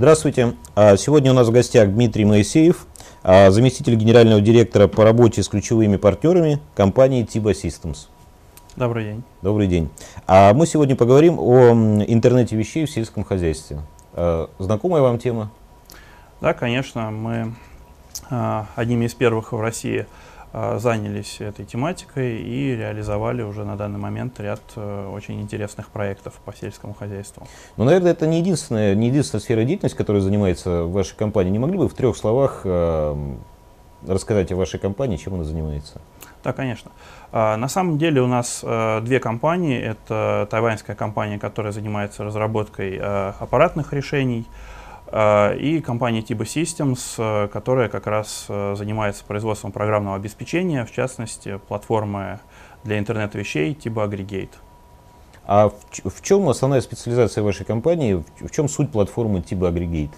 Здравствуйте. Сегодня у нас в гостях Дмитрий Моисеев, заместитель генерального директора по работе с ключевыми партнерами компании TIBA Systems. Добрый день. Добрый день. Мы сегодня поговорим о интернете вещей в сельском хозяйстве. Знакомая вам тема? Да, конечно. Мы одними из первых в России занялись этой тематикой и реализовали уже на данный момент ряд очень интересных проектов по сельскому хозяйству. Ну, наверное, это не единственная сфера деятельности, которой занимается ваша компания. Не могли бы в 3 словах рассказать о вашей компании, чем она занимается? Да, конечно. На самом деле у нас 2 компании. Это тайваньская компания, которая занимается разработкой аппаратных решений, и компания TIBA Systems, которая как раз занимается производством программного обеспечения, в частности, платформы для интернета вещей TIBA Aggregate. А в чем основная специализация вашей компании, в чем суть платформы TIBA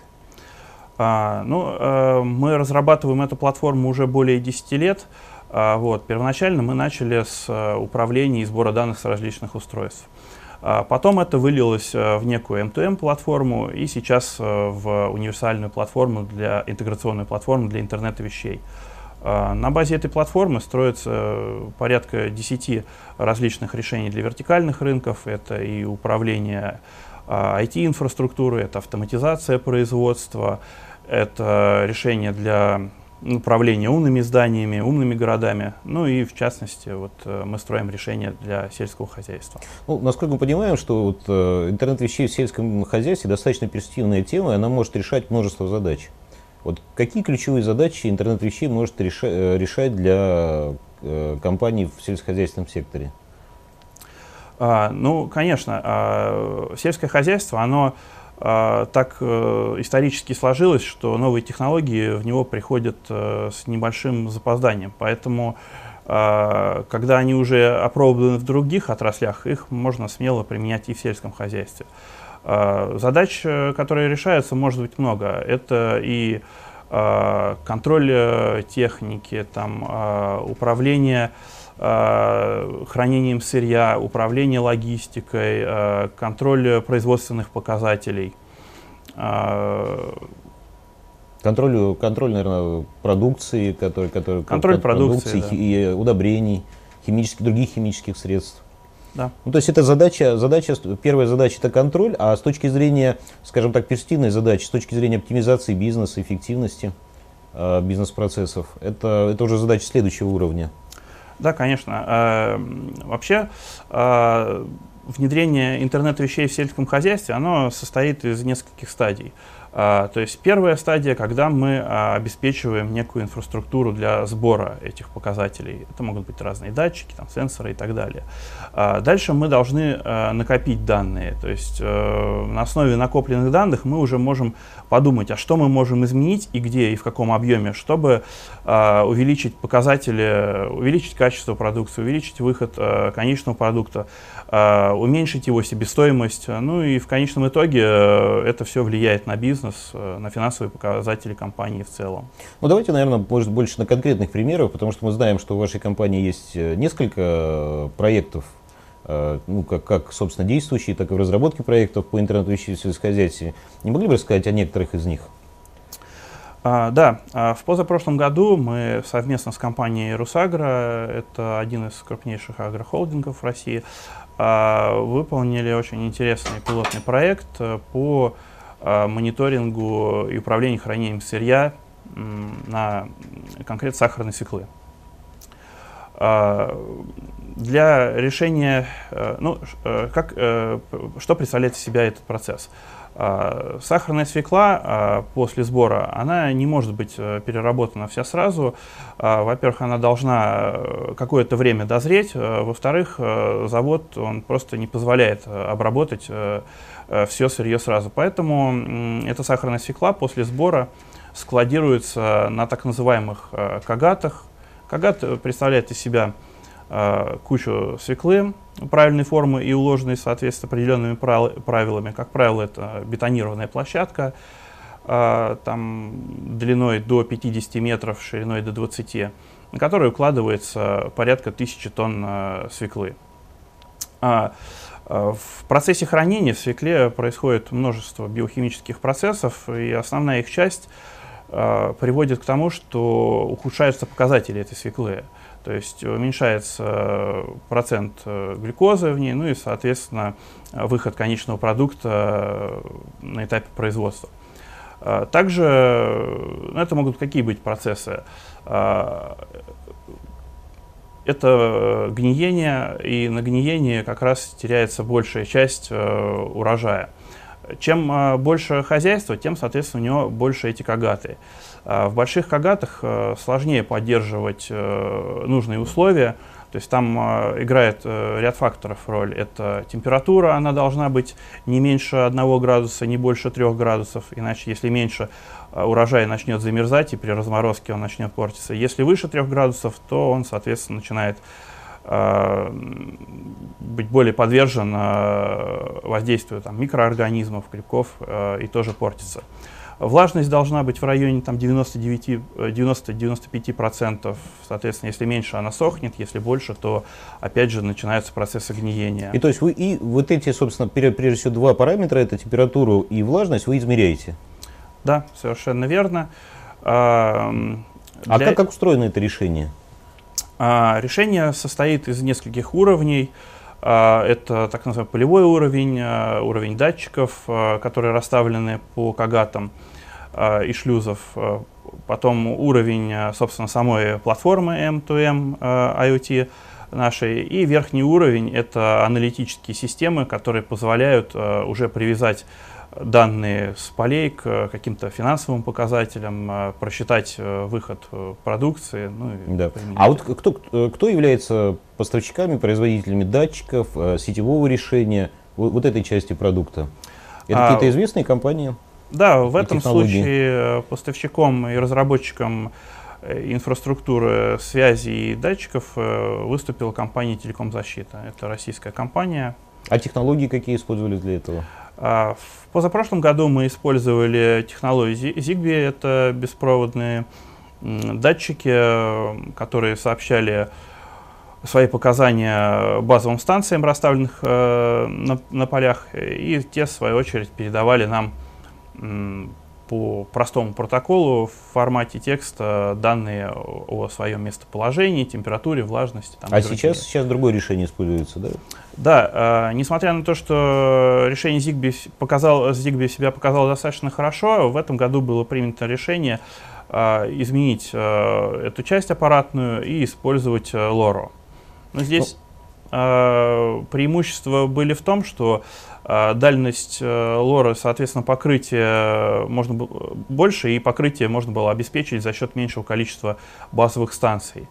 Aggregate? Мы разрабатываем эту платформу уже более 10 лет. Первоначально мы начали с управления и сбора данных с различных устройств. Потом это вылилось в некую M2M платформу и сейчас в универсальную платформу, интеграционную платформу для интернета вещей. На базе этой платформы строится порядка 10 различных решений для вертикальных рынков. Это и управление IT-инфраструктурой, это автоматизация производства, это решение для управление умными зданиями, умными городами, ну и в частности мы строим решения для сельского хозяйства. Насколько мы понимаем, что интернет вещей в сельском хозяйстве достаточно перспективная тема, и она может решать множество задач. Какие ключевые задачи интернет вещей может решать для компаний в сельскохозяйственном секторе? Конечно, сельское хозяйство, оно так исторически сложилось, что новые технологии в него приходят с небольшим запозданием. Поэтому, когда они уже опробованы в других отраслях, их можно смело применять и в сельском хозяйстве. Задач, которые решаются, может быть много. Это и контроль техники, управление хранением сырья, управление логистикой, контроль производственных показателей. Контроль, наверное, продукции, контроль продукции, да. И удобрений, других химических средств. Да. То есть это первая задача это контроль, а с точки зрения, скажем так, перспективной задачи, с точки зрения оптимизации бизнеса, эффективности бизнес-процессов, это уже задача следующего уровня. Да, конечно. Вообще, внедрение интернета вещей в сельском хозяйстве, оно состоит из нескольких стадий. То есть первая стадия, когда мы обеспечиваем некую инфраструктуру для сбора этих показателей. Это могут быть разные датчики, сенсоры и так далее. Дальше мы должны накопить данные. То есть на основе накопленных данных мы уже можем подумать, а что мы можем изменить и где, и в каком объеме, чтобы увеличить показатели, увеличить качество продукции, увеличить выход конечного продукта, уменьшить его себестоимость. И в конечном итоге это все влияет на бизнес, на финансовые показатели компании в целом. Давайте, наверное, может больше на конкретных примерах, потому что мы знаем, что у вашей компании есть несколько проектов, как собственно действующие, так и в разработке проектов по интернету вещей в сельскохозяйстве. Не могли бы рассказать о некоторых из них? Да, в позапрошлом году мы совместно с компанией Русагро, это один из крупнейших агрохолдингов в России, выполнили очень интересный пилотный проект по мониторингу и управлению хранением сырья на конкретно сахарной свеклы. Для решения, что представляет из себя этот процесс? Сахарная свекла после сбора, она не может быть переработана вся сразу. Во-первых, она должна какое-то время дозреть. Во-вторых, завод он просто не позволяет обработать все сырье сразу. Поэтому эта сахарная свекла после сбора складируется на так называемых кагатах. Кагат представляет из себя кучу свеклы правильной формы и уложенной в соответствии с определенными правилами. Как правило, это бетонированная площадка, длиной до 50 метров, шириной до 20, на которую укладывается порядка 1000 тонн свеклы. В процессе хранения в свекле происходит множество биохимических процессов, и основная их часть приводит к тому, что ухудшаются показатели этой свеклы. То есть уменьшается процент глюкозы в ней, ну и, соответственно, выход конечного продукта на этапе производства. Также это могут какие быть процессы? Это гниение, и на гниении как раз теряется большая часть урожая. Чем больше хозяйство, тем, соответственно, у него больше эти кагаты. В больших кагатах сложнее поддерживать нужные условия, то есть там играет ряд факторов роль. Это температура, она должна быть не меньше 1 градуса, не больше 3 градусов, иначе если меньше, урожай начнет замерзать и при разморозке он начнет портиться. Если выше 3 градусов, то он, соответственно, начинает быть более подвержен воздействию микроорганизмов, грибков и тоже портится. Влажность должна быть в районе 90-95%. Соответственно, если меньше, она сохнет, если больше, то опять же начинаются процессы гниения. И то есть вы и вот эти, собственно, прежде всего 2 параметра, это температуру и влажность, вы измеряете? Да, совершенно верно. Как устроено это решение? Решение состоит из нескольких уровней. Это так называемый полевой уровень, уровень датчиков, которые расставлены по кагатам и шлюзов. Потом уровень, собственно, самой платформы M2M IoT нашей. И верхний уровень — это аналитические системы, которые позволяют уже привязать данные с полей к каким-то финансовым показателям, просчитать выход продукции. Да. А вот кто является поставщиками, производителями датчиков, сетевого решения, вот этой части продукта? Это какие-то известные компании? Да, в этом случае поставщиком и разработчиком инфраструктуры связи и датчиков выступила компания «Телекомзащита». Это российская компания. А технологии какие использовались для этого? В позапрошлом году мы использовали технологию Zigbee. Это беспроводные датчики, которые сообщали свои показания базовым станциям, расставленных на полях, и те, в свою очередь, передавали нам по простому протоколу в формате текста данные о своем местоположении, температуре, влажности. Сейчас другое решение используется, да? Да, несмотря на то, что решение Zigbee себя показало достаточно хорошо, в этом году было принято решение изменить эту часть аппаратную и использовать LoRa. Но здесь преимущества были в том, что дальность LoRa, соответственно, покрытие можно было больше, и покрытие можно было обеспечить за счет меньшего количества базовых станций.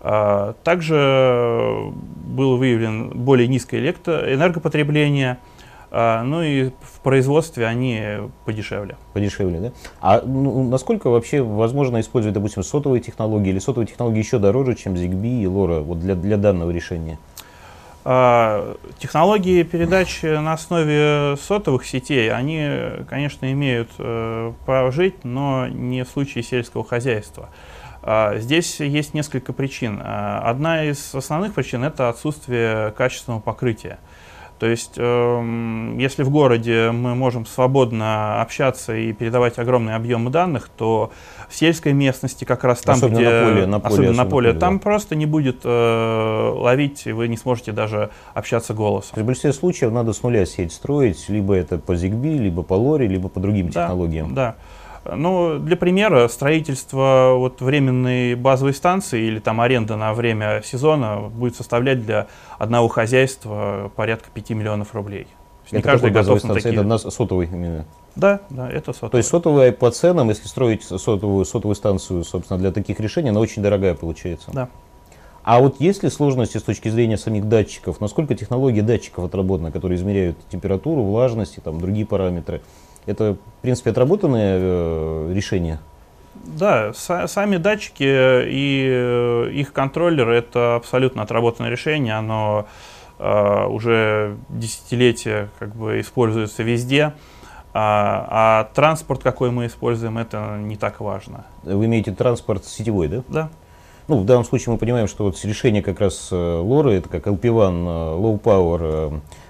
Также было выявлено более низкое энергопотребление, ну и в производстве они подешевле. Подешевле, да? А насколько вообще возможно использовать, допустим, сотовые технологии, или сотовые технологии еще дороже, чем Zigbee и LoRa вот для данного решения? Технологии передачи на основе сотовых сетей, они, конечно, имеют право жить, но не в случае сельского хозяйства. Здесь есть несколько причин. Одна из основных причин — это отсутствие качественного покрытия. То есть, если в городе мы можем свободно общаться и передавать огромные объемы данных, то в сельской местности, как раз там, особенно на поле, там просто не будет ловить, и вы не сможете даже общаться голосом. В большинстве случаев надо с нуля сеть строить, либо это по Zigbee, либо по LoRa, либо по другим технологиям. Да. Ну, для примера, строительство временной базовой станции или аренда на время сезона будет составлять для одного хозяйства порядка 5 миллионов рублей. Это каждый готов на такие. Это на сотовый именно? Да, это сотовый. То есть сотовая по ценам, если строить сотовую станцию, собственно, для таких решений, она очень дорогая получается. Да. А вот есть ли сложности с точки зрения самих датчиков? Насколько технологии датчиков отработаны, которые измеряют температуру, влажность и другие параметры? Это, в принципе, отработанные решения? Да, сами датчики и их контроллеры — это абсолютно отработанное решение. Оно уже десятилетия используется везде. А транспорт, какой мы используем, это не так важно. Вы имеете транспорт сетевой, да? Да. В данном случае мы понимаем, что решение как раз LoRa, это как LPWAN, Low Power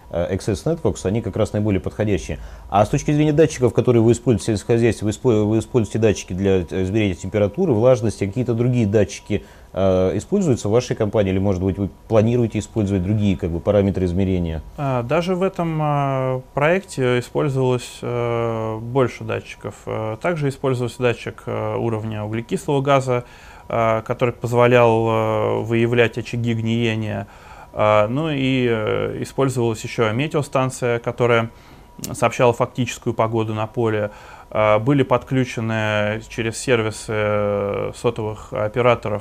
Access Networks, они как раз наиболее подходящие. А с точки зрения датчиков, которые вы используете в сельскохозяйстве, вы используете датчики для измерения температуры, влажности, а какие-то другие датчики используются в вашей компании, или, может быть, вы планируете использовать другие параметры измерения? Даже в этом проекте использовалось больше датчиков. Также использовался датчик уровня углекислого газа, который позволял выявлять очаги гниения. Ну и использовалась еще метеостанция, которая сообщала фактическую погоду на поле. Были подключены через сервисы сотовых операторов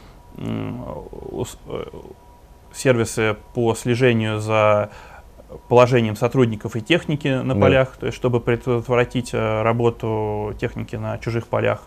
сервисы по слежению за положением сотрудников и техники на полях, то есть чтобы предотвратить работу техники на чужих полях.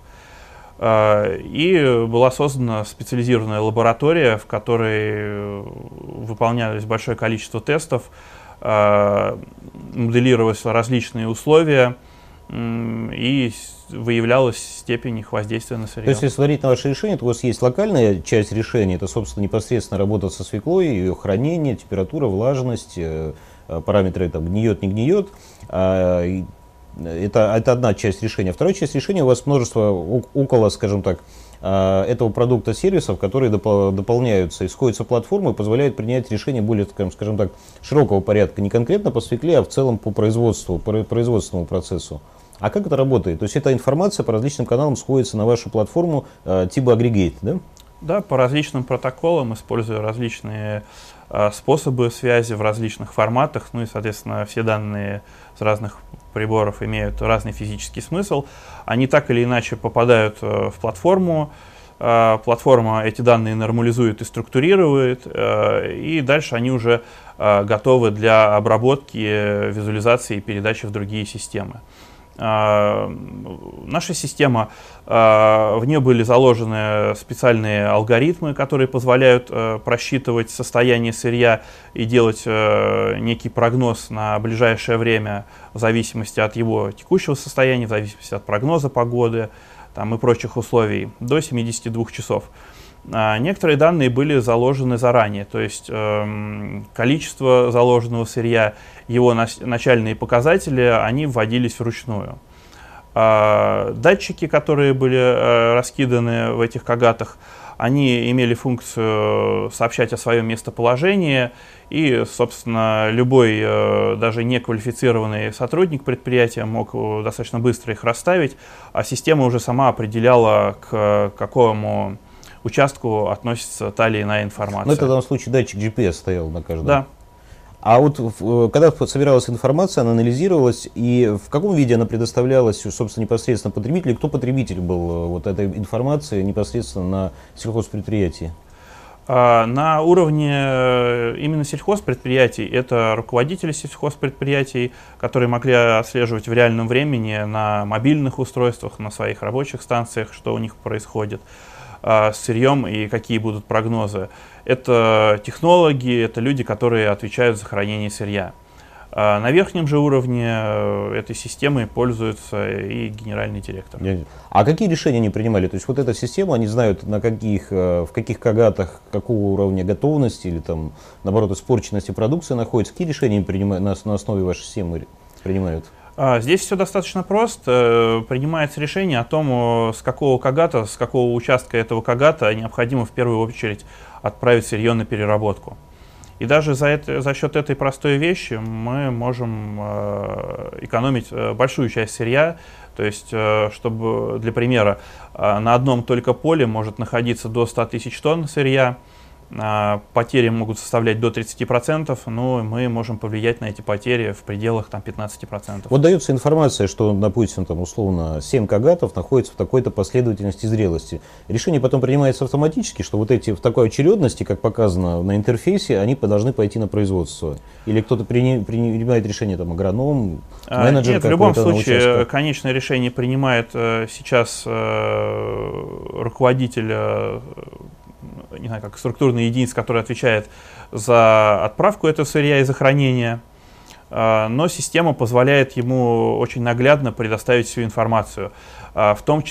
И была создана специализированная лаборатория, в которой выполнялось большое количество тестов, моделировались различные условия и выявлялась степень их воздействия на сырье. То есть, если смотреть на ваше решение, то у вас есть локальная часть решения, это, собственно, непосредственно работа со свеклой, ее хранение, температура, влажность, параметры там, гниет, не гниет. Это одна часть решения. Вторая часть решения, у вас множество около, скажем так, этого продукта сервисов, которые дополняются, исходятся платформы и позволяют принять решение более, скажем так, широкого порядка, не конкретно по свекле, а в целом по производственному процессу. А как это работает? То есть эта информация по различным каналам сходится на вашу платформу типа Aggregate, да? Да, по различным протоколам, используя различные способы связи в различных форматах, ну и, соответственно, все данные с разных приборов имеют разный физический смысл. Они так или иначе попадают в платформу, платформа эти данные нормализует и структурирует, и дальше они уже готовы для обработки, визуализации и передачи в другие системы. Наша система, в нее были заложены специальные алгоритмы, которые позволяют просчитывать состояние сырья и делать некий прогноз на ближайшее время в зависимости от его текущего состояния, в зависимости от прогноза погоды там, и прочих условий, до 72 часов. Некоторые данные были заложены заранее, то есть количество заложенного сырья, его начальные показатели, они вводились вручную. Датчики, которые были раскиданы в этих кагатах, они имели функцию сообщать о своем местоположении, и, собственно, любой, даже неквалифицированный сотрудник предприятия мог достаточно быстро их расставить, а система уже сама определяла, к какому участку относится та или иная информация. Ну, это в данном случае датчик GPS стоял на каждом. Да. А вот когда собиралась информация, она анализировалась, и в каком виде она предоставлялась, собственно, непосредственно потребителю? Кто потребитель был вот этой информации непосредственно на сельхозпредприятии? На уровне именно сельхозпредприятий это руководители сельхозпредприятий, которые могли отслеживать в реальном времени на мобильных устройствах, на своих рабочих станциях, что у них происходит с сырьем и какие будут прогнозы. Это технологи, это люди, которые отвечают за хранение сырья. На верхнем же уровне этой системой пользуется и генеральный директор. А какие решения они принимали? То есть вот эта система, они знают, в каких кагатах, какого уровня готовности или там, наоборот, испорченности продукции находится. Какие решения они принимают, на основе вашей системы принимают? Здесь все достаточно просто. Принимается решение о том, с какого кагата, с какого участка этого кагата необходимо в первую очередь отправить сырье на переработку. И даже за счет этой простой вещи мы можем экономить большую часть сырья. То есть, чтобы, для примера, на одном только поле может находиться до 100 тысяч тонн сырья. Потери могут составлять до 30%, но мы можем повлиять на эти потери в пределах там, 15%. Вот дается информация, что, допустим, там, условно 7 кагатов находятся в такой-то последовательности зрелости. Решение потом принимается автоматически, что вот эти в такой очередности, как показано на интерфейсе, они должны пойти на производство. Или кто-то принимает решение, там, агроном, менеджер. Нет, в любом случае, конечное решение принимает сейчас руководитель, не знаю, как структурная единица, которая отвечает за отправку этого сырья и за хранение, но система позволяет ему очень наглядно предоставить всю информацию, в том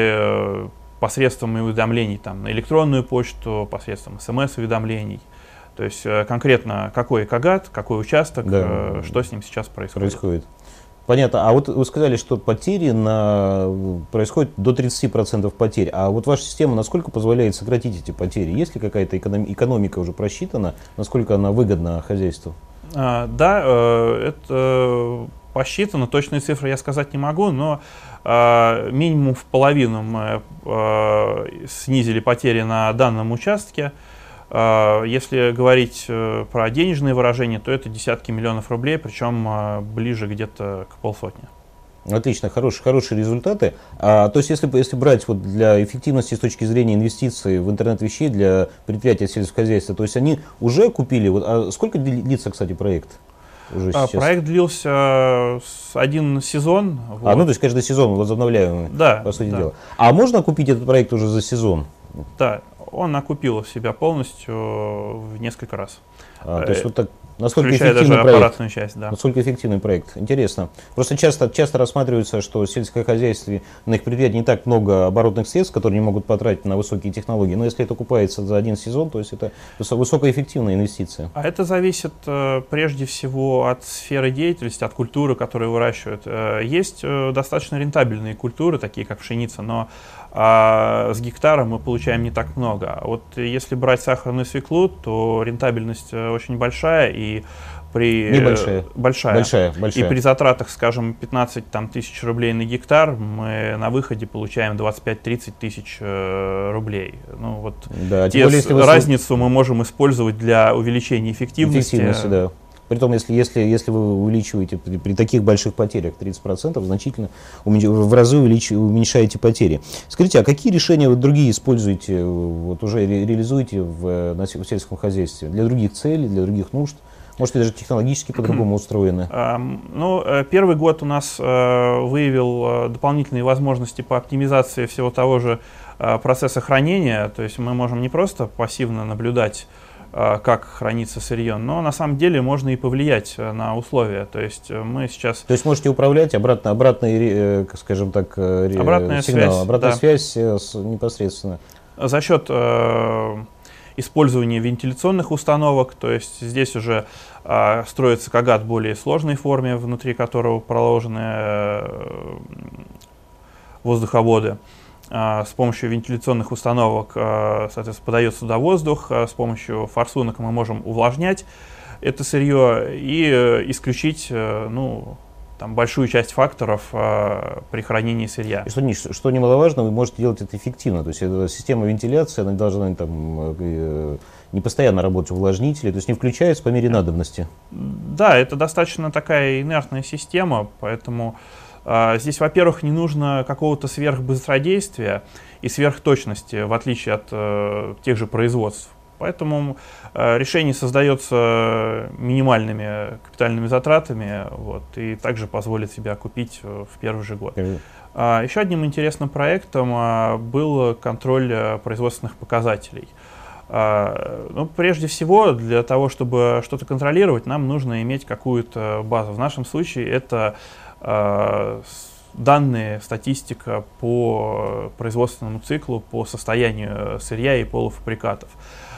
числе посредством уведомлений там, на электронную почту, посредством СМС-уведомлений. То есть конкретно какой кагат, какой участок, Да. что с ним сейчас происходит. Понятно. А вот вы сказали, что потери происходят до 30% потерь. А вот ваша система насколько позволяет сократить эти потери? Есть ли какая-то экономика уже просчитана? Насколько она выгодна хозяйству? Да, это посчитано. Точные цифры я сказать не могу, но минимум в половину мы снизили потери на данном участке. Если говорить про денежные выражения, то это десятки миллионов рублей, причем ближе где-то к полсотни. Отлично, хорошие результаты. То есть, если брать вот для эффективности с точки зрения инвестиций в интернет вещей для предприятия сельского хозяйства, то есть они уже купили. А сколько длится, кстати, проект? Уже сейчас? Проект длился один сезон. Вот. То есть каждый сезон возобновляемый, да, по сути дела. А можно купить этот проект уже за сезон? Да, он окупил себя полностью в несколько раз. То есть вот так, насколько включая эффективный даже проект? аппаратную часть, да. Насколько эффективный проект? Интересно. Просто часто рассматривается, что в сельскохозяйственных предприятиях не так много оборотных средств, которые не могут потратить на высокие технологии. Но если это окупается за один сезон, то есть это высокоэффективная инвестиция. А это зависит прежде всего от сферы деятельности, от культуры, которую выращивают. Есть достаточно рентабельные культуры, такие как пшеница, но с гектара мы получаем не так много. Вот если брать сахарную свеклу, то рентабельность очень большая и большая. И при затратах, скажем, 15 тысяч рублей на гектар мы на выходе получаем 25-30 тысяч рублей. Разницу мы можем использовать для увеличения эффективности. Да. Притом, если вы увеличиваете при таких больших потерях 30%, значительно в разы уменьшаете потери. Скажите, а какие решения вы другие используете, уже реализуете в сельском хозяйстве? Для других целей, для других нужд? Может, даже технологически по-другому устроены? Первый год у нас выявил дополнительные возможности по оптимизации всего того же процесса хранения. То есть мы можем не просто пассивно наблюдать, как хранится сырье, но на самом деле можно и повлиять на условия. То есть мы сейчас... То есть можете управлять обратный, скажем так, обратная сигнал, связь непосредственно. За счет использования вентиляционных установок, то есть здесь уже строится кагат в более сложной форме, внутри которого проложены воздуховоды. С помощью вентиляционных установок, соответственно, подается туда воздух, с помощью форсунок мы можем увлажнять это сырье и исключить большую часть факторов при хранении сырья. И что немаловажно, вы можете делать это эффективно. То есть эта система вентиляции, она должна не постоянно работать увлажнители, то есть не включается по мере надобности. Да, это достаточно такая инертная система, поэтому здесь, во-первых, не нужно какого-то сверхбыстродействия и сверхточности, в отличие от тех же производств. Поэтому решение создается минимальными капитальными затратами, и также позволит себя окупить в первый же год. Еще одним интересным проектом был контроль производственных показателей. Прежде всего, для того, чтобы что-то контролировать, нам нужно иметь какую-то базу. В нашем случае это данные, статистика по производственному циклу, по состоянию сырья и полуфабрикатов.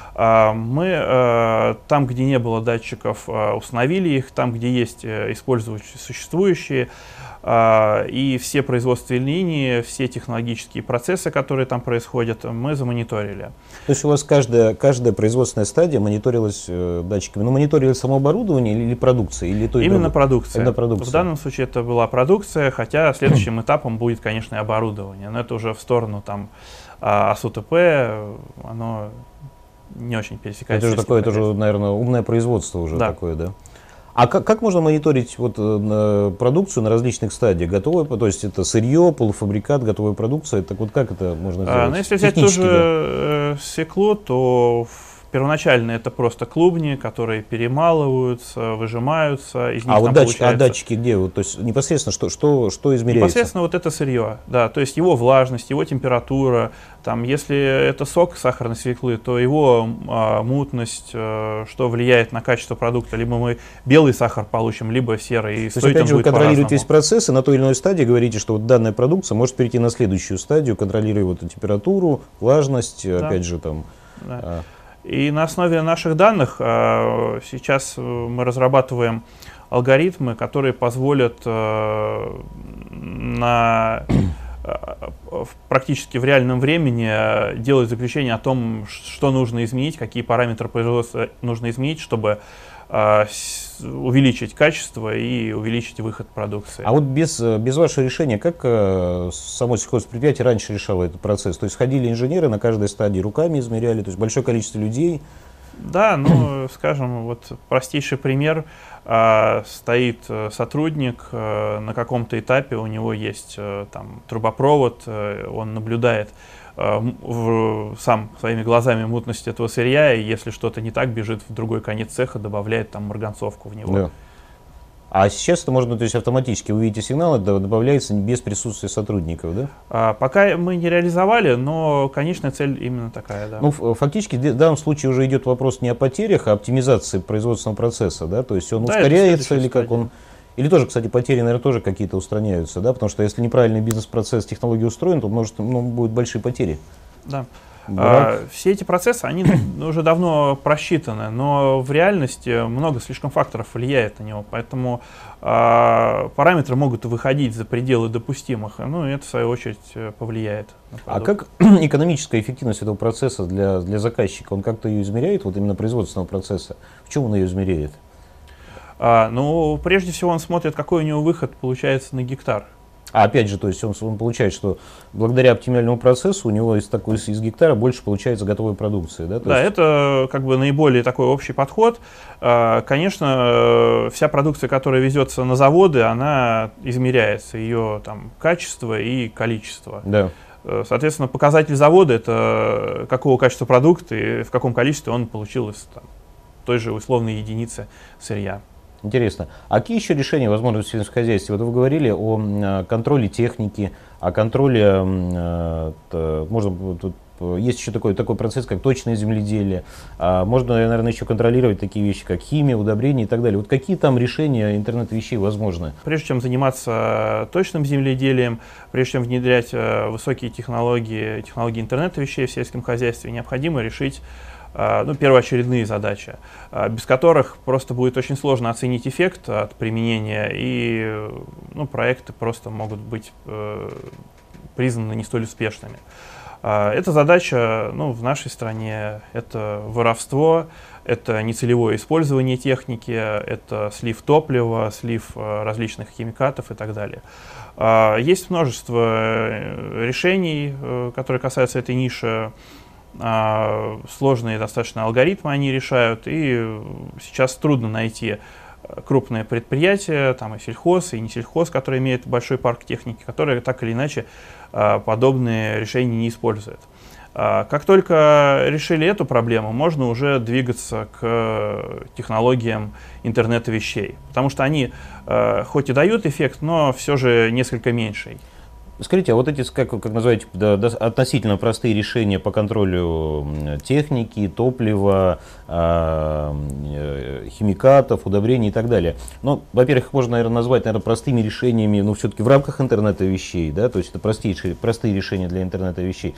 Мы там, где не было датчиков, установили их, там, где есть, использовать существующие, и все производственные линии, все технологические процессы, которые там происходят, мы замониторили. То есть у вас каждая производственная стадия мониторилась датчиками? Мониторили само оборудование или продукция? Именно продукция. В данном случае это была продукция, хотя следующим этапом будет, конечно, и оборудование. Но это уже в сторону АСУТП, оно не очень пересекается. Это же, наверное, умное производство уже такое, да? А как можно мониторить продукцию на различных стадиях? Готовое, то есть это сырье, полуфабрикат, готовая продукция. Так как это можно сделать? Если взять ту же свеклу, то первоначально это просто клубни, которые перемалываются, выжимаются, из них получается... датчики где? То есть непосредственно что измеряется? Непосредственно это сырье, да, то есть его влажность, его температура. Если это сок сахарной свеклы, то его мутность, что влияет на качество продукта. Либо мы белый сахар получим, либо серый. То есть, опять же, вы контролируете весь процесс, и на той или иной стадии говорите, что данная продукция может перейти на следующую стадию, контролируя температуру, влажность, опять же там... Да. И на основе наших данных сейчас мы разрабатываем алгоритмы, которые позволят практически в реальном времени делать заключение о том, что нужно изменить, какие параметры производства нужно изменить, чтобы увеличить качество и увеличить выход продукции. А вот без вашего решения, как само сельхозпредприятие раньше решало этот процесс? То есть ходили инженеры на каждой стадии, руками измеряли, то есть большое количество людей? Да, ну, скажем, вот простейший пример. Стоит сотрудник на каком-то этапе, у него есть там трубопровод, он наблюдает сам своими глазами мутность этого сырья, и если что-то не так, бежит в другой конец цеха, добавляет там марганцовку в него. Да. А сейчас это можно, то есть автоматически вы видите сигналы, добавляется без присутствия сотрудников, да? Пока мы не реализовали, но конечная цель именно такая, да. Ну, фактически в данном случае уже идет вопрос не о потерях, а оптимизации производственного процесса, да? То есть он ускоряется или как он... Или тоже, кстати, потери, наверное, тоже какие-то устраняются, да? Потому что если неправильный бизнес-процесс, технологии устроен, то будут большие потери. Да. Все эти процессы, они уже давно просчитаны, но в реальности много слишком факторов влияет на него, поэтому параметры могут выходить за пределы допустимых, ну и это в свою очередь повлияет на продукт. А как экономическая эффективность этого процесса для заказчика, он как-то ее измеряет, вот именно производственного процесса? В чем он ее измеряет? Ну, прежде всего он смотрит, какой у него выход получается на гектар. А опять же, то есть он получает, что благодаря оптимальному процессу у него из гектара больше получается готовой продукции, да? Да, это как бы наиболее такой общий подход. Конечно, вся продукция, которая везется на заводы, она измеряется, ее там качество и количество. Да. Соответственно, показатель завода — это какого качества продукт и в каком количестве он получил из той же условной единицы сырья. Интересно. А какие еще решения возможны в сельском хозяйстве? Вот вы говорили о контроле техники, о контроле, есть еще такой процесс, как точное земледелие. Можно, наверное, еще контролировать такие вещи, как химия, удобрения и так далее. Вот какие там решения интернета вещей возможны? Прежде чем заниматься точным земледелием, прежде чем внедрять высокие технологии интернета вещей в сельском хозяйстве, необходимо решить первоочередные задачи, без которых просто будет очень сложно оценить эффект от применения, и проекты просто могут быть признаны не столь успешными. Эта задача в нашей стране — это воровство, это нецелевое использование техники, это слив топлива, слив различных химикатов и так далее. Есть множество решений, которые касаются этой ниши. Сложные достаточно алгоритмы они решают, и сейчас трудно найти крупное предприятие, там и сельхоз, и не сельхоз, который имеет большой парк техники, которые так или иначе подобные решения не используют. Как только решили эту проблему, можно уже двигаться к технологиям интернета вещей, потому что они хоть и дают эффект, но все же несколько меньший. Скажите, а вот эти, как называете, относительно простые решения по контролю техники, топлива, химикатов, удобрений и так далее. Ну, во-первых, их можно, наверное, назвать, простыми решениями, но все-таки в рамках интернета вещей, да, то есть это простые решения для интернета вещей.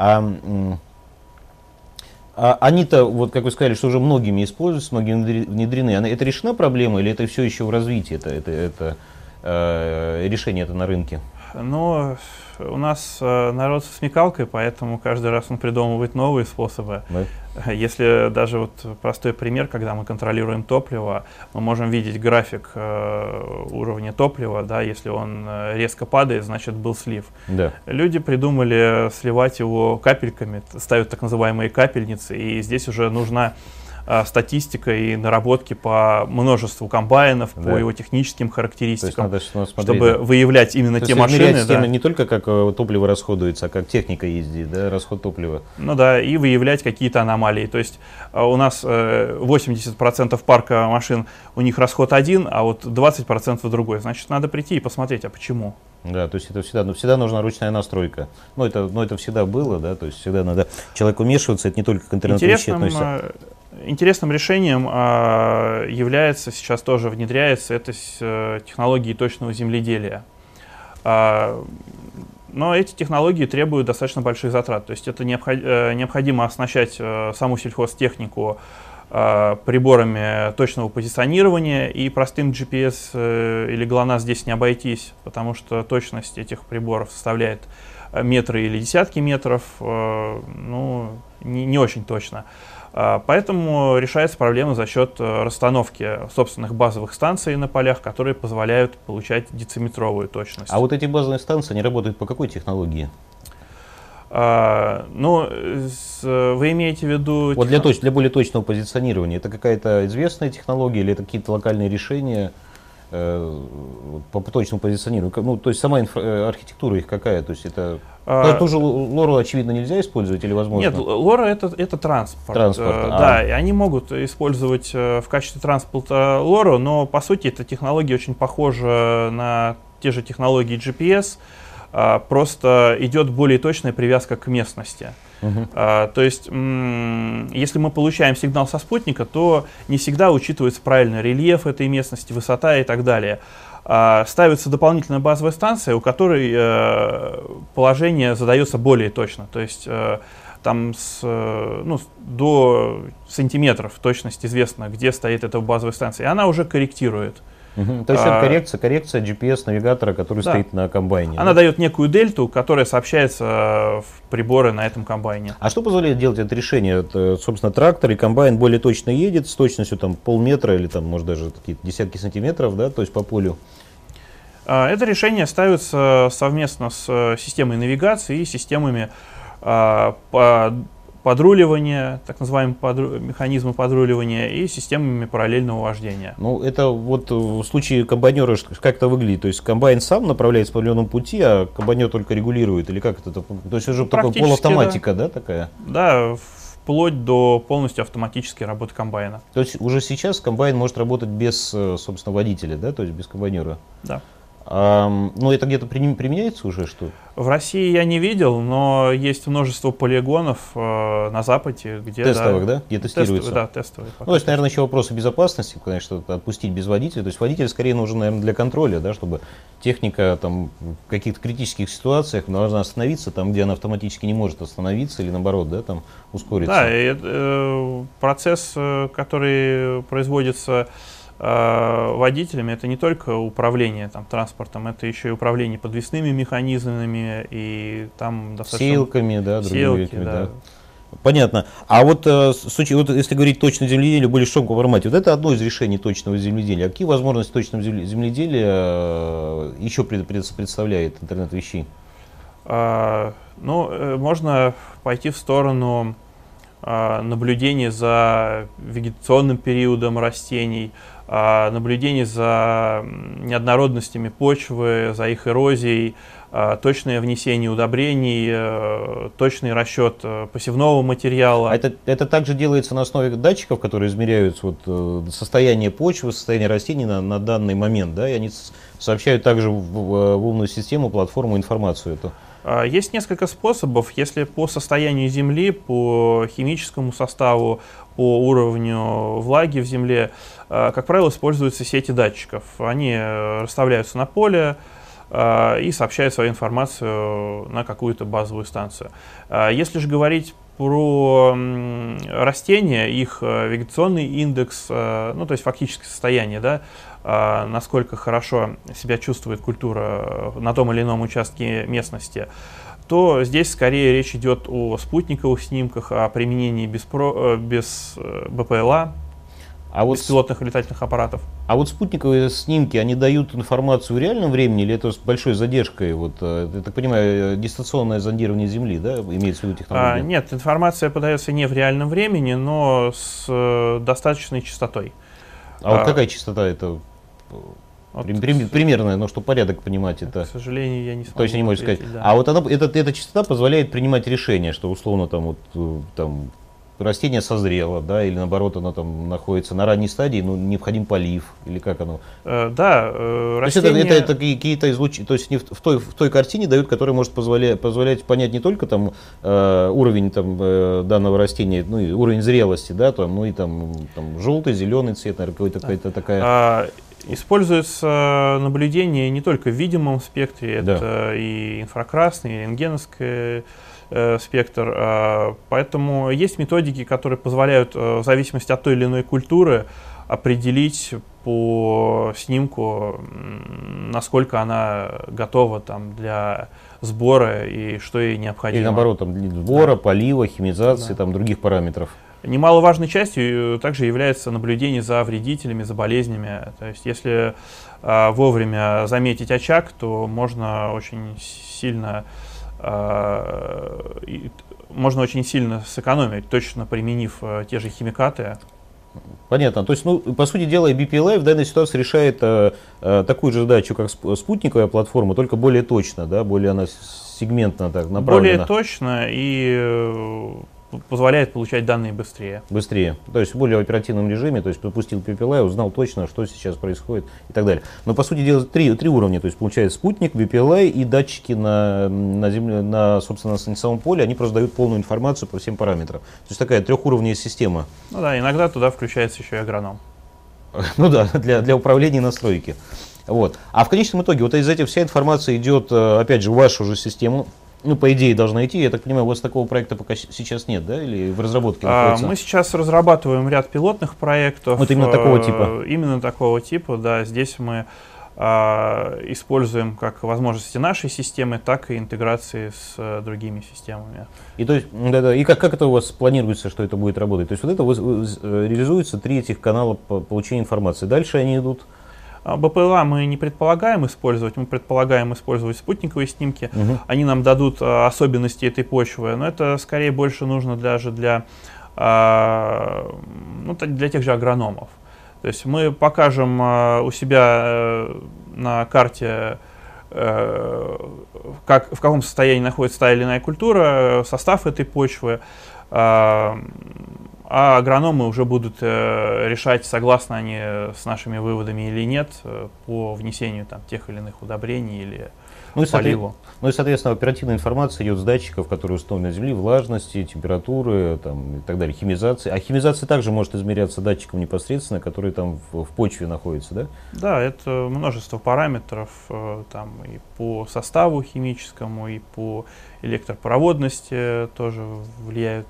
Они-то, вот как вы сказали, что уже многими используются, многими внедрены. Это решена проблема или это все еще в развитии, это решение это на рынке? Но у нас народ со смекалкой, поэтому каждый раз он придумывает новые способы. Да. Если даже вот простой пример, когда мы контролируем топливо, мы можем видеть график уровня топлива, да, если он резко падает, значит был слив. Да. Люди придумали сливать его капельками, ставят так называемые капельницы, и здесь уже нужна статистика и наработки по множеству комбайнов, да, по его техническим характеристикам, чтобы выявлять именно те машины. Да. Не только как топливо расходуется, а как техника ездит, да, расход топлива. Ну да, и выявлять какие-то аномалии. То есть у нас 80% парка машин, у них расход один, а вот 20% другой. Значит, надо прийти и посмотреть, а почему. Да, то есть это всегда нужна ручная настройка. Но это всегда было, да, то есть всегда надо человеку вмешиваться, это не только к интернету вещей относится. Интересным решением является, сейчас тоже внедряется, это технологии точного земледелия. Но эти технологии требуют достаточно больших затрат. То есть это необходимо оснащать саму сельхозтехнику приборами точного позиционирования, и простым GPS или GLONASS здесь не обойтись, потому что точность этих приборов составляет метры или десятки метров, ну, не очень точно. Поэтому решается проблема за счет расстановки собственных базовых станций на полях, которые позволяют получать дециметровую точность. А вот эти базовые станции, они работают по какой технологии? Ну, вы имеете в виду... Вот для более точного позиционирования, это какая-то известная технология или это какие-то локальные решения по точному позиционированию? Ну, то есть сама архитектура их какая? То есть это... ту же LoRa, очевидно, нельзя использовать или возможно? Нет, LoRa это транспорт. Да, и они могут использовать в качестве транспорта LoRa, но по сути эта технология очень похожа на те же технологии GPS, просто идет более точная привязка к местности. То есть, если мы получаем сигнал со спутника, то не всегда учитывается правильный рельеф этой местности, высота и так далее. Ставится дополнительная базовая станция, у которой положение задается более точно. То есть, там до сантиметров точность известно, где стоит эта базовая станция, и она уже корректирует. То есть это коррекция GPS-навигатора, который стоит на комбайне. Она дает некую дельту, которая сообщается в приборы на этом комбайне. А что позволяет делать это решение? Собственно, трактор и комбайн более точно едет с точностью там, полметра или там, может даже какие-то десятки сантиметров, да, то есть по полю. Это решение ставится совместно с системой навигации и системами подруливания, так называемые механизмы подруливания, и системами параллельного вождения. Ну, это вот в случае комбайнера как это выглядит? То есть комбайн сам направляется по определенному пути, а комбайнер только регулирует? Или как это? То есть уже такая полуавтоматика, да, такая? Да, вплоть до полностью автоматической работы комбайна. То есть уже сейчас комбайн может работать без, собственно, водителя, да, то есть без комбайнера? Да. Ну, это где-то применяется уже, что? В России я не видел, но есть множество полигонов на Западе, где... Тестовых, да? Где тестируется? Да, тестовые. Ну, то есть, наверное, еще вопросы безопасности, конечно, отпустить без водителя. То есть водитель скорее нужен, наверное, для контроля, да, чтобы техника там, в каких-то критических ситуациях должна остановиться, там, где она автоматически не может остановиться, или наоборот, да, там, ускориться. Да, и процесс, который производится водителями, это не только управление там, транспортом, это еще и управление подвесными механизмами и там достаточно... Сеялками, да, другими сеялки, да. Понятно. А вот, если говорить точно земледелие в более широком формате, вот это одно из решений точного земледелия. А какие возможности точного земледелия еще представляет интернет вещей? Ну, можно пойти в сторону наблюдения за вегетационным периодом растений, наблюдение за неоднородностями почвы, за их эрозией, точное внесение удобрений, точный расчет посевного материала. А это также делается на основе датчиков, которые измеряют вот, состояние почвы, состояние растений на данный момент, да, и они сообщают также в умную систему, платформу информацию эту. Есть несколько способов. Если по состоянию земли, по химическому составу, по уровню влаги в земле, как правило, используются сети датчиков. Они расставляются на поле и сообщают свою информацию на какую-то базовую станцию. Если же говорить про растения, их вегетационный индекс, ну то есть фактическое состояние, да, насколько хорошо себя чувствует культура на том или ином участке местности, то здесь скорее речь идет о спутниковых снимках, о применении без БПЛА, беспилотных летательных аппаратов. А вот спутниковые снимки, они дают информацию в реальном времени или это с большой задержкой? Вот, я так понимаю, дистанционное зондирование Земли, да, имеется в виду технология? Нет, информация подается не в реальном времени, но с достаточной частотой. А вот какая частота это? Вот примерно, но чтобы порядок понимать это. К сожалению, я не смогу. То есть не можете сказать. Да. А вот эта частота позволяет принимать решения, что условно там, вот, там растение созрело, да, или наоборот оно там находится на ранней стадии, но необходим полив, или как оно? Да, растение... То есть это какие-то излучения, то есть не в той картине дают, которая может позволять понять не только там уровень там, данного растения, ну и уровень зрелости, да, там, ну и там желтый, зеленый цвет, наверное, какая-то такая... Используется наблюдение не только в видимом спектре, да. Это и инфракрасный, и рентгеновский спектр. Поэтому есть методики, которые позволяют в зависимости от той или иной культуры определить по снимку, насколько она готова там, для сбора и что ей необходимо. Или наоборот, там, для сбора, полива, химизации, там, других параметров. Немаловажной частью также является наблюдение за вредителями, за болезнями. То есть, если вовремя заметить очаг, то можно очень сильно сэкономить, точно применив те же химикаты. Понятно. То есть, ну, по сути дела, BPLI в данной ситуации решает такую же задачу, как спутниковая платформа, только более точно, да, более она сегментно так направлена. Более точно и позволяет получать данные быстрее. Быстрее. То есть в более оперативном режиме, то есть запустил BPLI, узнал точно, что сейчас происходит и так далее. Но по сути дела три уровня, то есть получается спутник, BPLI и датчики на земле, собственно, на самом поле, они просто дают полную информацию по всем параметрам. То есть такая трехуровневая система. Ну да, иногда туда включается еще и агроном. Ну да, для управления и настройки. Вот. А в конечном итоге вот из этих вся информация идет, опять же, в вашу же систему. Ну, по идее, должна идти. Я так понимаю, у вас такого проекта пока сейчас нет, да? Или в разработке находится? Мы сейчас разрабатываем ряд пилотных проектов. Вот именно такого типа? Именно такого типа, да. Здесь мы используем как возможности нашей системы, так и интеграции с другими системами. И то есть, да, и как это у вас планируется, что это будет работать? То есть вот это реализуется 3 этих канала по получению информации. Дальше они идут... БПЛА мы не предполагаем использовать, мы предполагаем использовать спутниковые снимки. Они нам дадут особенности этой почвы, но это скорее больше нужно даже для тех же агрономов. То есть мы покажем у себя на карте, в каком состоянии находится та или иная культура, состав этой почвы, а агрономы уже будут решать, согласны они с нашими выводами или нет по внесению там, тех или иных удобрений или поливу. Ну и, соответственно, оперативная информация идет с датчиков, которые установлены на Земле, влажности, температуры там, и так далее, химизации. А химизация также может измеряться датчиком непосредственно, который там в почве находится, да? Да, это множество параметров там, и по составу химическому, и по электропроводности тоже влияют.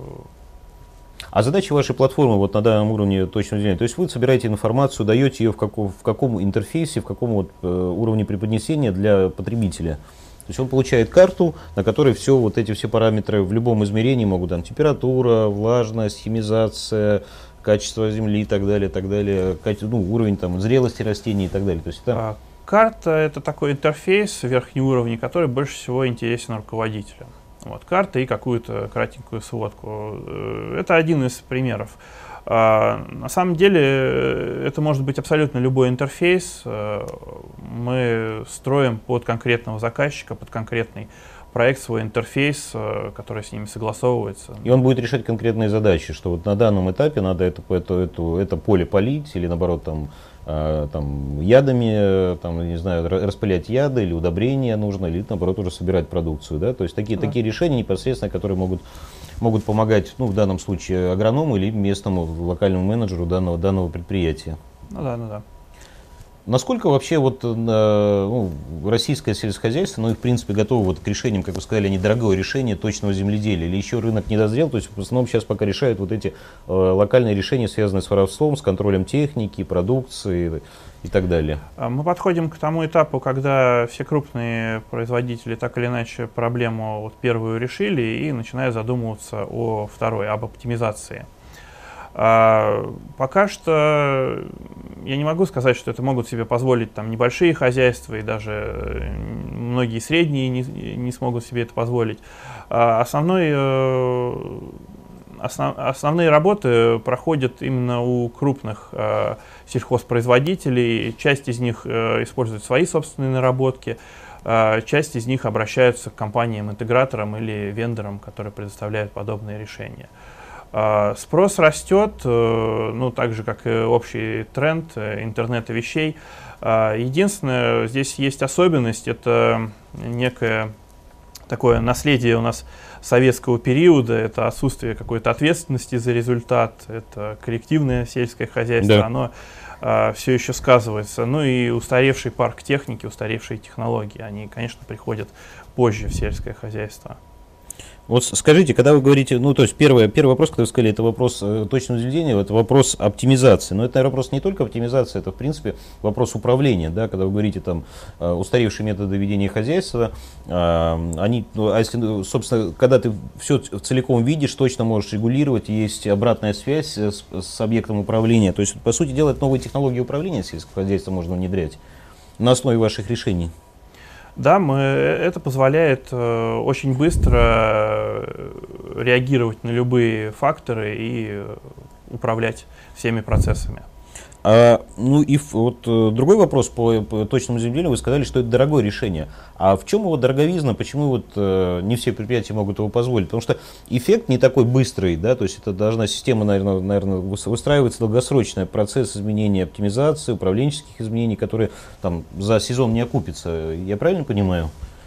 А задача вашей платформы вот на данном уровне точного зрения, то есть вы собираете информацию, даете ее в каком интерфейсе, в каком вот, уровне преподнесения для потребителя. То есть он получает карту, на которой все параметры в любом измерении могут, там, температура, влажность, химизация, качество земли и так далее, уровень там, зрелости растений и так далее. То есть, это... Карта — это такой интерфейс верхнего уровня, который больше всего интересен руководителям. Вот, карта и какую-то кратенькую сводку. Это один из примеров. На самом деле это может быть абсолютно любой интерфейс. Мы строим под конкретного заказчика, под конкретный проект свой интерфейс, который с ними согласовывается. И он будет решать конкретные задачи, что вот на данном этапе надо это поле полить или наоборот там ядами, там, не знаю, распылять яды или удобрения нужно, или наоборот уже собирать продукцию, да, то есть такие решения непосредственно, которые могут помогать, ну, в данном случае агроному или местному локальному менеджеру данного предприятия. Ну да. Насколько вообще российское сельскохозяйство, ну и в принципе готово вот к решениям, как вы сказали, недорогое решение точного земледелия, или еще рынок не дозрел, то есть в основном сейчас пока решают вот эти локальные решения, связанные с воровством, с контролем техники, продукции и так далее. Мы подходим к тому этапу, когда все крупные производители так или иначе проблему вот первую решили и начинают задумываться о второй, об оптимизации. Пока что я не могу сказать, что это могут себе позволить там небольшие хозяйства, и даже многие средние не смогут себе это позволить. Основные работы проходят именно у крупных сельхозпроизводителей. Часть из них использует свои собственные наработки, часть из них обращаются к компаниям-интеграторам или вендорам, которые предоставляют подобные решения. Спрос растет, ну, так же, как и общий тренд интернета вещей. Единственное, здесь есть особенность, это некое такое наследие у нас советского периода, это отсутствие какой-то ответственности за результат, это коллективное сельское хозяйство, Да. оно все еще сказывается. Ну и устаревший парк техники, устаревшие технологии, они, конечно, приходят позже в сельское хозяйство. Вот скажите, когда вы говорите, ну, то есть первый вопрос, когда вы сказали, это вопрос точного заведения, это вопрос оптимизации. Но это, наверное, вопрос не только оптимизации, это, в принципе, вопрос управления, да, когда вы говорите, там, устаревшие методы ведения хозяйства, они, ну, а если, ну, собственно, когда ты все целиком видишь, точно можешь регулировать, есть обратная связь с объектом управления, то есть, по сути дела, это новые технологии управления сельского хозяйства можно внедрять на основе ваших решений. Да, это позволяет очень быстро реагировать на любые факторы и управлять всеми процессами. Ну и вот другой вопрос по точному земледелию. Вы сказали, что это дорогое решение. А в чем его дороговизна? Почему вот не все предприятия могут его позволить? Потому что эффект не такой быстрый, да, то есть это должна система, наверное, выстраивается долгосрочный процесс изменения, оптимизации, управленческих изменений, которые там за сезон не окупятся. Я правильно понимаю?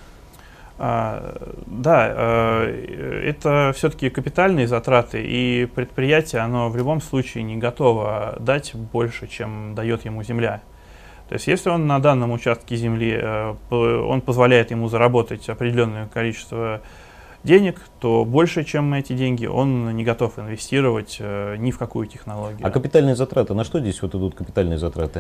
Да, это все-таки капитальные затраты, и предприятие, оно в любом случае не готово дать больше, чем дает ему земля. То есть если он на данном участке земли, он позволяет ему заработать определенное количество денег, то больше, чем эти деньги, он не готов инвестировать ни в какую технологию. А капитальные затраты, на что здесь вот идут капитальные затраты?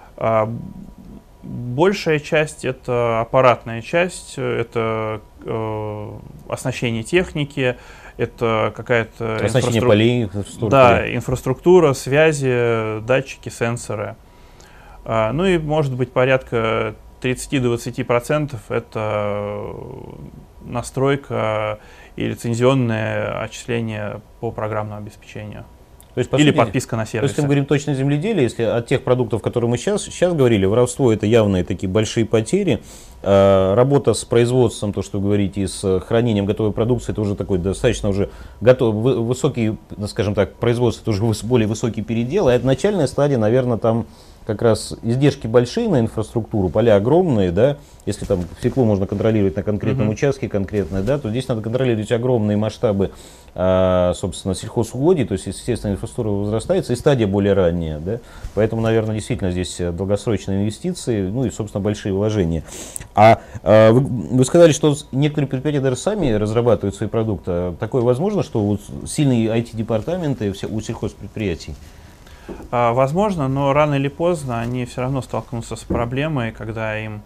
Большая часть — это аппаратная часть, это оснащение техники, это какая-то оснащение полей, да, инфраструктура, связи, датчики, сенсоры. Ну и может быть порядка 30-20% это настройка и лицензионное отчисление по программному обеспечению. То есть, или подписка на сервис. То есть, если мы говорим точно земледелие, если от тех продуктов, которые мы сейчас говорили, воровство — это явные такие большие потери, работа с производством, то, что вы говорите, и с хранением готовой продукции, это уже такой достаточно уже высокий, скажем так, производство, это уже более высокий передел, а это начальная стадия, наверное, там как раз издержки большие на инфраструктуру, поля огромные, да, если там свеклу можно контролировать на конкретном участке конкретно, да, то здесь надо контролировать огромные масштабы, собственно, сельхозугодий, то есть, естественно, инфраструктура возрастается, и стадия более ранняя, да, поэтому, наверное, действительно здесь долгосрочные инвестиции, ну и, собственно, большие вложения. Вы сказали, что некоторые предприятия даже сами разрабатывают свои продукты. Такое возможно, что вот сильные IT-департаменты у сельхозпредприятий? Возможно, но рано или поздно они все равно столкнутся с проблемой, когда им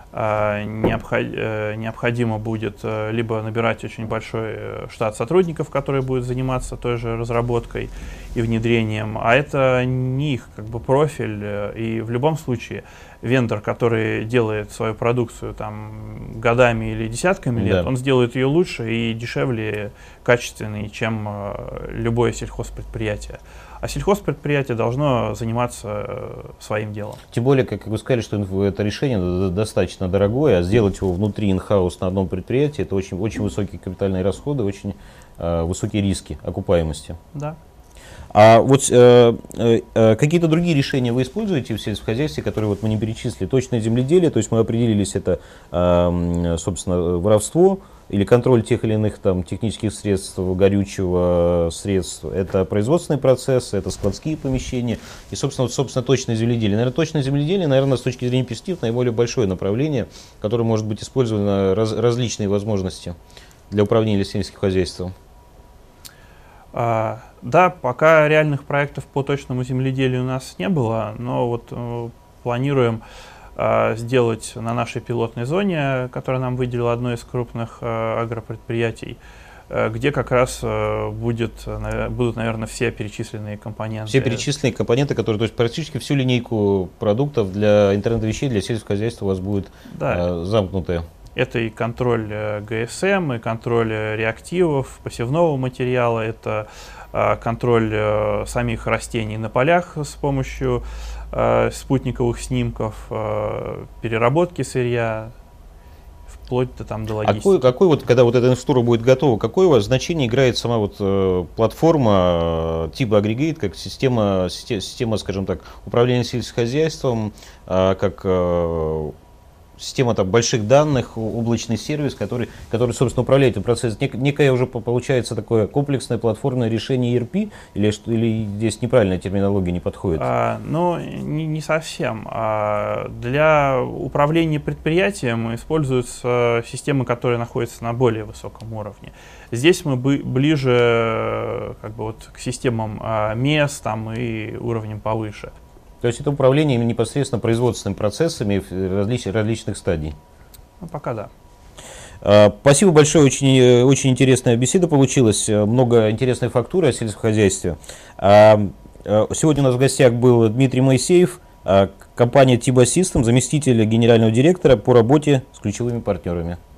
необходимо будет либо набирать очень большой штат сотрудников, которые будут заниматься той же разработкой и внедрением, а это не их как бы профиль, и в любом случае вендор, который делает свою продукцию там годами или десятками лет, он сделает ее лучше и дешевле, качественнее, чем любое сельхозпредприятие. А сельхозпредприятие должно заниматься своим делом. Тем более, как вы сказали, что это решение достаточно дорогое, а сделать его внутри in-house на одном предприятии — это очень, очень высокие капитальные расходы, очень высокие риски окупаемости. Да. А вот какие-то другие решения вы используете в сельскохозяйстве, которые вот мы не перечислили? Точное земледелие, то есть мы определились, это, собственно, воровство или контроль тех или иных там технических средств, горючего средств, это производственный процесс, это складские помещения и, собственно, точное земледелие. Наверное, точное земледелие, наверное, с точки зрения перспектив, наиболее большое направление, которое может быть использовано различные возможности для управления сельским хозяйством. Да, пока реальных проектов по точному земледелию у нас не было, но вот планируем сделать на нашей пилотной зоне, которая нам выделила одно из крупных агропредприятий, где как раз будут, наверное, все перечисленные компоненты. Все перечисленные компоненты, которые, то есть практически всю линейку продуктов для интернет-вещей, для сельского хозяйства у вас будет замкнутая. Это и контроль ГСМ, и контроль реактивов, посевного материала, это контроль самих растений на полях с помощью спутниковых снимков, переработки сырья. вплоть до логистики. Какой вот, когда вот эта инфраструктура будет готова, какое у вас значение играет сама вот платформа типа Aggregate, как система, скажем так, управления сельскохозяйством, как система там больших данных, облачный сервис, который, собственно, управляет этим процессом. Некое уже получается такое комплексное платформное решение ERP, или здесь неправильная терминология не подходит? Не совсем. Для управления предприятием используются системы, которые находятся на более высоком уровне. Здесь мы ближе к системам MES и уровнем повыше. То есть это управление непосредственно производственными процессами различных стадий? Пока да. Спасибо большое, очень интересная беседа получилась, много интересной фактуры о сельскохозяйстве. Сегодня у нас в гостях был Дмитрий Моисеев, компания Tiba Systems, заместитель генерального директора по работе с ключевыми партнерами.